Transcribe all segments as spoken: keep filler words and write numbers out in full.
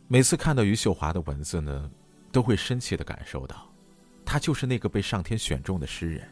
每次看到余秀华的文字呢，都会深切地感受到，她就是那个被上天选中的诗人。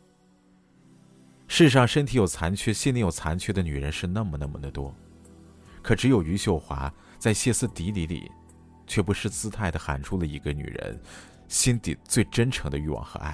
世上身体有残缺、心灵有残缺的女人是那么那么的多，可只有余秀华在歇斯底里里，却不失姿态地喊出了一个女人心底最真诚的欲望和爱。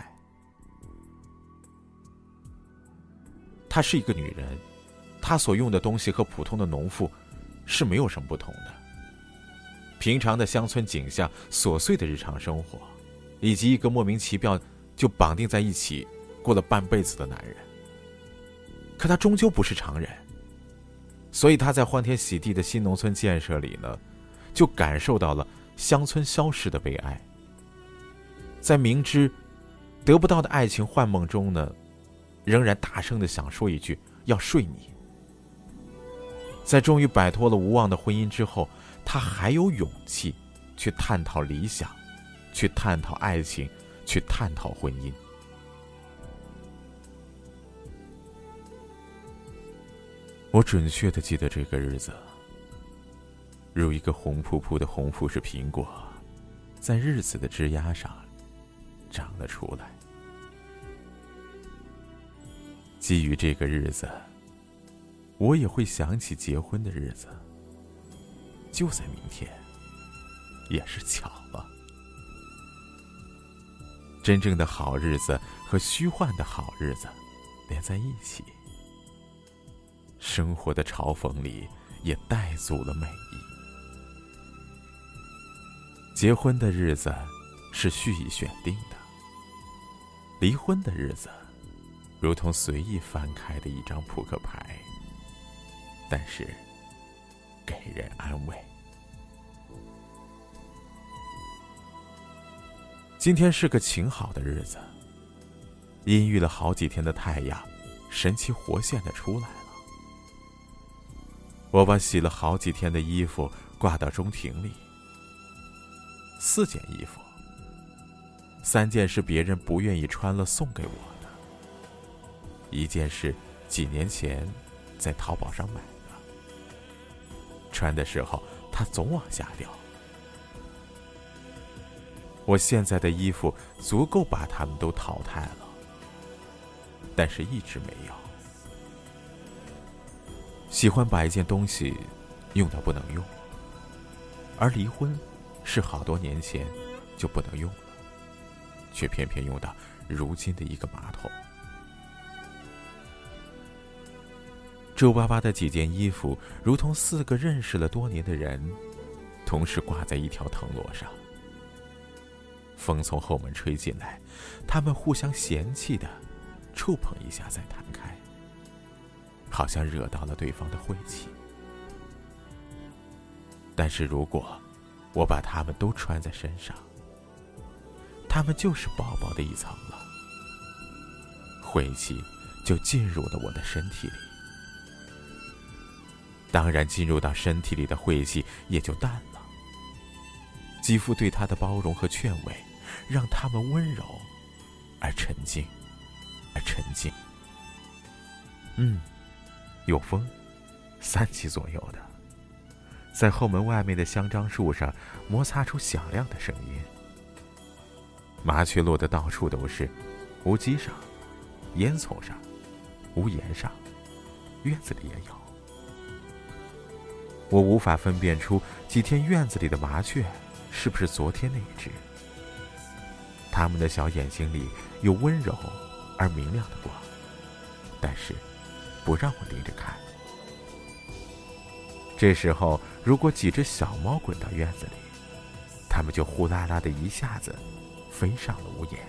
她是一个女人，她所用的东西和普通的农妇是没有什么不同的。平常的乡村景象、琐碎的日常生活，以及一个莫名其妙就绑定在一起过了半辈子的男人。可他终究不是常人，所以他在欢天喜地的新农村建设里呢，就感受到了乡村消失的悲哀。在明知得不到的爱情幻梦中呢，仍然大声地想说一句要睡你。在终于摆脱了无望的婚姻之后，他还有勇气去探讨理想，去探讨爱情，去探讨婚姻。我准确地记得这个日子，如一个红扑扑的红富士苹果，在日子的枝桠上长了出来。基于这个日子，我也会想起结婚的日子，就在明天，也是巧了。真正的好日子和虚幻的好日子连在一起，生活的嘲讽里也带足了美意。结婚的日子是蓄意选定的，离婚的日子如同随意翻开的一张扑克牌，但是给人安慰。今天是个晴好的日子，阴郁了好几天的太阳神气活现地出来了。我把洗了好几天的衣服挂到中庭里，四件衣服，三件是别人不愿意穿了送给我的，一件是几年前在淘宝上买的，穿的时候它总往下掉。我现在的衣服足够把它们都淘汰了，但是一直没有。喜欢把一件东西用到不能用，而离婚是好多年前就不能用了，却偏偏用到如今的一个马桶。皱巴巴的几件衣服如同四个认识了多年的人同时挂在一条藤萝上，风从后门吹进来，他们互相嫌弃的触碰一下再弹开，好像惹到了对方的晦气。但是如果我把它们都穿在身上，它们就是薄薄的一层了，晦气就进入了我的身体里。当然进入到身体里的晦气也就淡了，肌肤对它的包容和劝慰，让它们温柔而沉静，而沉静。嗯，有风，三级左右的，在后门外面的香樟树上摩擦出响亮的声音。麻雀落得到处都是，屋基上、烟囱上、屋檐上，院子里也有。我无法分辨出几天院子里的麻雀是不是昨天那一只。它们的小眼睛里有温柔而明亮的光，但是不让我盯着看。这时候如果几只小猫滚到院子里，它们就呼啦啦的一下子飞上了屋檐。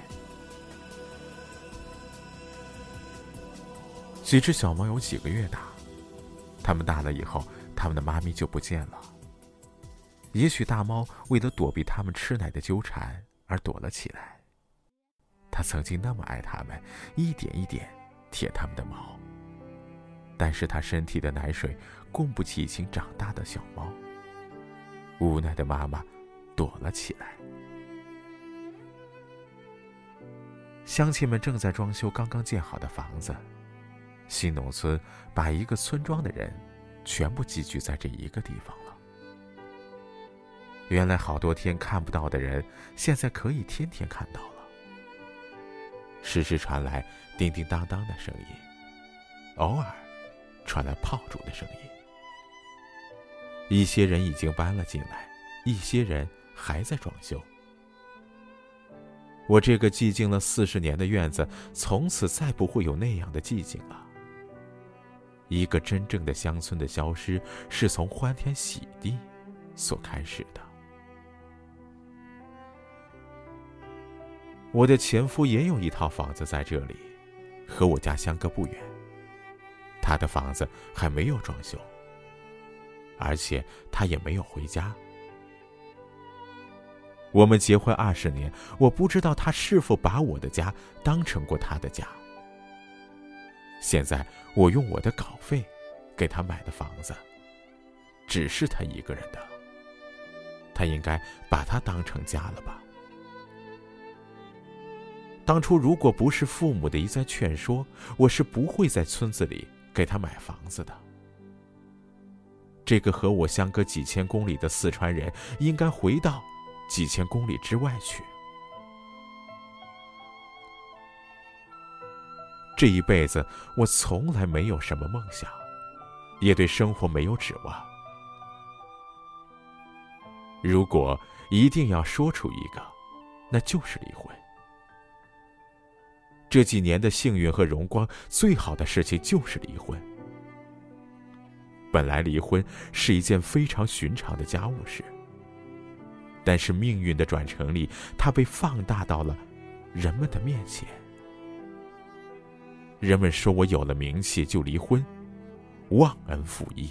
几只小猫有几个月大，它们大了以后，它们的妈咪就不见了。也许大猫为了躲避它们吃奶的纠缠而躲了起来。它曾经那么爱它们，一点一点舔它们的毛，但是它身体的奶水供不起已经长大的小猫。无奈的妈妈躲了起来。乡亲们正在装修刚刚建好的房子，新农村把一个村庄的人全部集聚在这一个地方了。 原来好多天看不到的人，现在可以天天看到了。时时传来叮叮当当的声音，偶尔传来炮竹的声音。一些人已经搬了进来，一些人还在装修。我这个寂静了四十年的院子，从此再不会有那样的寂静了。一个真正的乡村的消失，是从欢天喜地所开始的。我的前夫也有一套房子在这里，和我家相隔不远。他的房子还没有装修，而且他也没有回家。我们结婚二十年，我不知道他是否把我的家当成过他的家。现在我用我的稿费给他买的房子，只是他一个人的，他应该把它当成家了吧？当初如果不是父母的一再劝说，我是不会在村子里给他买房子的。这个和我相隔几千公里的四川人，应该回到几千公里之外去。这一辈子我从来没有什么梦想，也对生活没有指望。如果一定要说出一个，那就是离婚。这几年的幸运和荣光，最好的事情就是离婚。本来离婚是一件非常寻常的家务事，但是命运的转成里，它被放大到了人们的面前。人们说我有了名气就离婚，忘恩负义。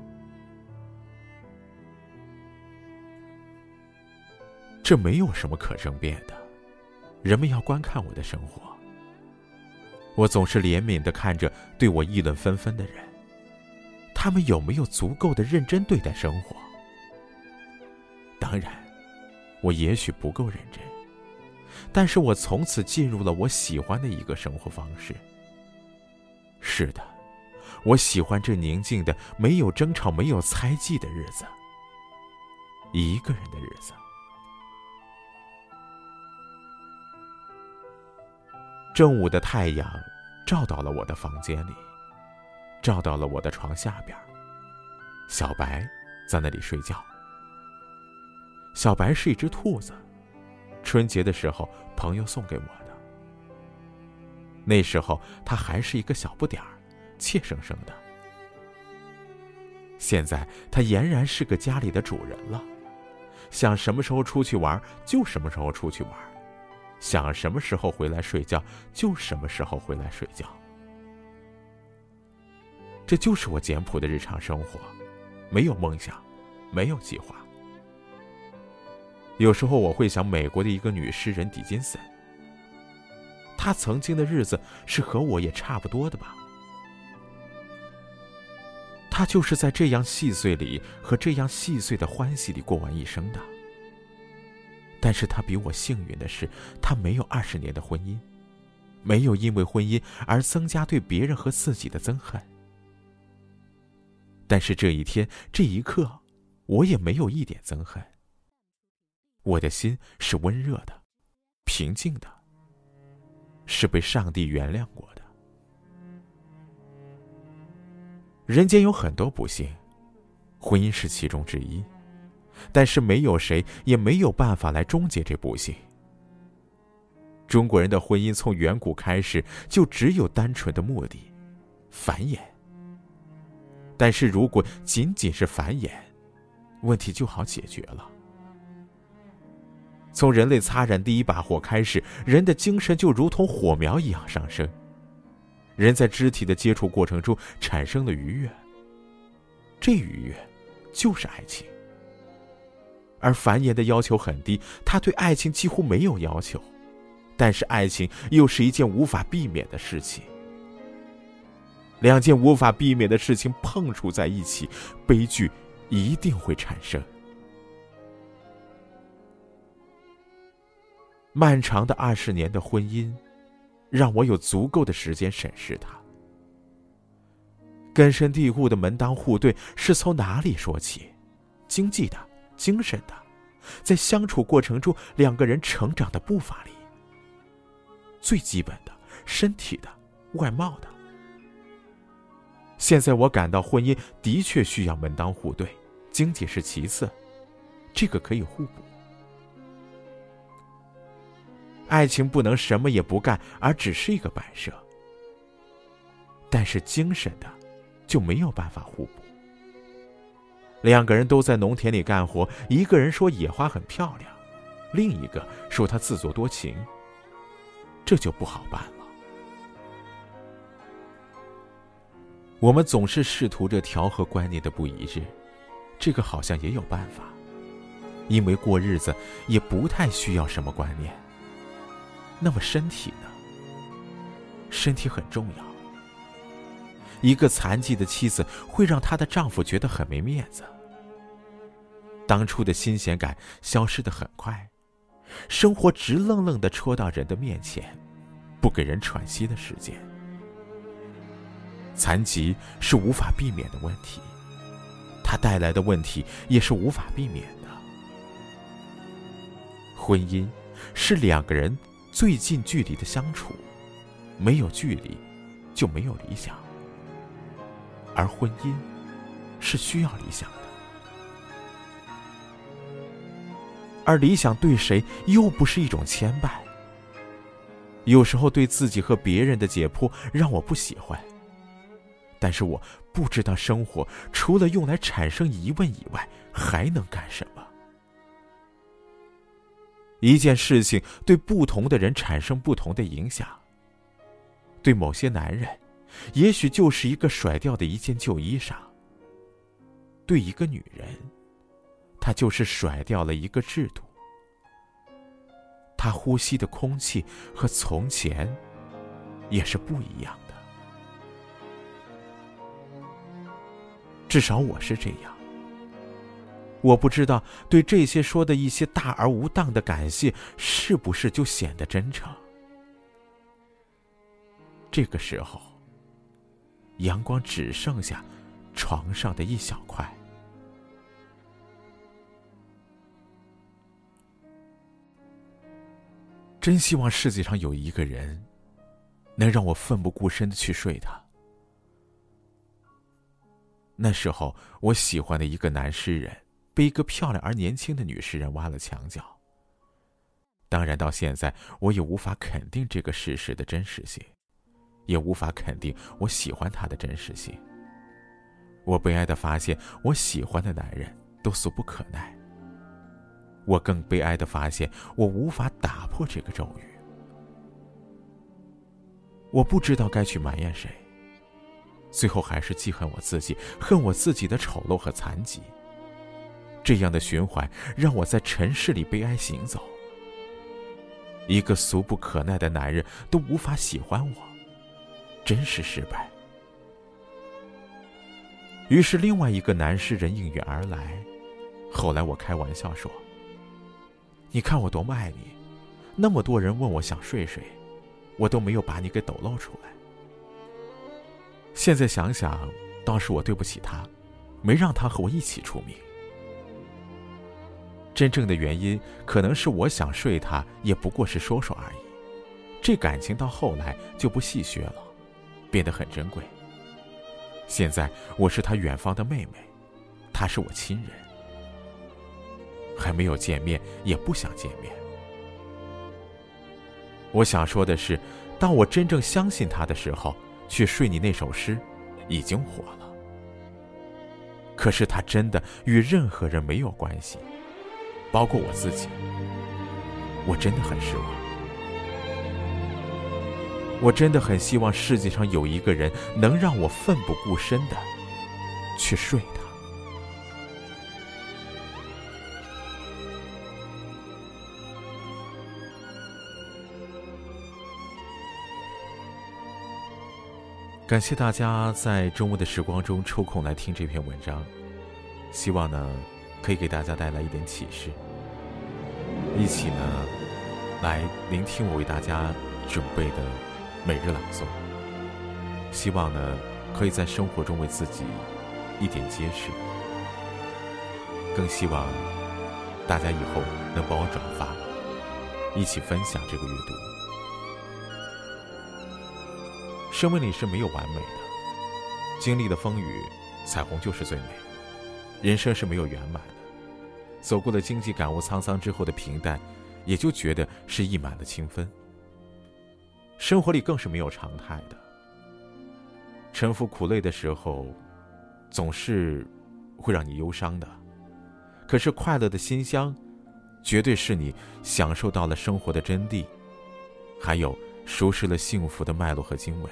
这没有什么可争辩的，人们要观看我的生活。我总是怜悯地看着对我议论纷纷的人，他们有没有足够的认真对待生活？当然，我也许不够认真，但是我从此进入了我喜欢的一个生活方式。是的，我喜欢这宁静的、没有争吵、没有猜忌的日子，一个人的日子。正午的太阳照到了我的房间里，照到了我的床下边。小白在那里睡觉。小白是一只兔子，春节的时候朋友送给我的。那时候它还是一个小不点儿，怯生生的。现在它俨然是个家里的主人了，想什么时候出去玩就什么时候出去玩，想什么时候回来睡觉就什么时候回来睡觉。这就是我简朴的日常生活，没有梦想，没有计划。有时候我会想美国的一个女诗人狄金森，她曾经的日子是和我也差不多的吧。她就是在这样细碎里和这样细碎的欢喜里过完一生的。但是她比我幸运的是，她没有二十年的婚姻，没有因为婚姻而增加对别人和自己的憎恨。但是这一天这一刻，我也没有一点憎恨。我的心是温热的，平静的，是被上帝原谅过的。人间有很多不幸，婚姻是其中之一，但是没有谁也没有办法来终结这不幸。中国人的婚姻从远古开始就只有单纯的目的，繁衍。但是如果仅仅是繁衍，问题就好解决了。从人类擦燃第一把火开始，人的精神就如同火苗一样上升。人在肢体的接触过程中产生了愉悦，这愉悦就是爱情。而繁衍的要求很低，他对爱情几乎没有要求，但是爱情又是一件无法避免的事情。两件无法避免的事情碰触在一起，悲剧一定会产生。漫长的二十年的婚姻，让我有足够的时间审视它。根深蒂固的门当户对是从哪里说起？经济的、精神的、 在相处过程中两个人成长的步伐里，最基本的身体的、外貌的。现在我感到婚姻的确需要门当户对，经济是其次，这个可以互补。爱情不能什么也不干，而只是一个摆设，但是精神的就没有办法互补。两个人都在农田里干活，一个人说野花很漂亮，另一个说他自作多情，这就不好办了。我们总是试图着调和观念的不一致，这个好像也有办法，因为过日子也不太需要什么观念。那么身体呢？身体很重要。一个残疾的妻子会让她的丈夫觉得很没面子。当初的新鲜感消失得很快，生活直愣愣地戳到人的面前，不给人喘息的时间。残疾是无法避免的问题，它带来的问题也是无法避免的。婚姻是两个人最近距离的相处，没有距离就没有理想，而婚姻是需要理想的，而理想对谁又不是一种牵绊。有时候对自己和别人的解剖让我不喜欢，但是我不知道生活除了用来产生疑问以外还能干什么。一件事情对不同的人产生不同的影响，对某些男人也许就是一个甩掉的一件旧衣裳，对一个女人她就是甩掉了一个制度。她呼吸的空气和从前也是不一样的，至少我是这样。我不知道对这些说的一些大而无当的感谢是不是就显得真诚。这个时候阳光只剩下床上的一小块。真希望世界上有一个人能让我奋不顾身地去睡他。那时候我喜欢的一个男诗人被一个漂亮而年轻的女诗人挖了墙角。当然到现在我也无法肯定这个事实的真实性，也无法肯定我喜欢他的真实性。我悲哀地发现我喜欢的男人都俗不可耐，我更悲哀地发现我无法打破这个咒语。我不知道该去埋怨谁，最后还是记恨我自己，恨我自己的丑陋和残疾。这样的循环让我在尘世里悲哀行走。一个俗不可耐的男人都无法喜欢我，真是失败。于是另外一个男诗人应运而来。后来我开玩笑说，你看我多么爱你，那么多人问我想睡谁，我都没有把你给抖露出来。现在想想，当时我对不起他，没让他和我一起出名。真正的原因可能是我想睡他也不过是说说而已，这感情到后来就不细削了，变得很珍贵。现在我是他远方的妹妹，他是我亲人，还没有见面，也不想见面。我想说的是，当我真正相信他的时候，去睡你那首诗已经火了。可是他真的与任何人没有关系，包括我自己。我真的很失望。我真的很希望世界上有一个人能让我奋不顾身的去睡他。感谢大家在周末的时光中抽空来听这篇文章，希望呢可以给大家带来一点启示，一起呢来聆听我为大家准备的每日朗诵。希望呢可以在生活中为自己一点揭示，更希望大家以后能帮我转发，一起分享这个阅读。生命里是没有完美的，经历了风雨，彩虹就是最美。人生是没有圆满的，走过了荆棘感悟沧桑之后的平淡，也就觉得是溢满了清芬。生活里更是没有常态的，沉浮苦累的时候，总是会让你忧伤的。可是快乐的馨香，绝对是你享受到了生活的真谛，还有熟识了幸福的脉络和经纬。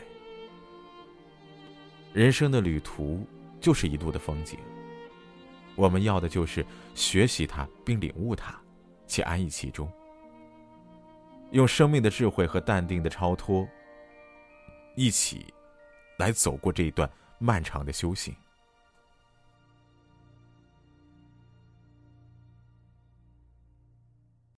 人生的旅途就是一路的风景，我们要的就是学习它并领悟它，且安逸其中，用生命的智慧和淡定的超脱，一起来走过这一段漫长的修行。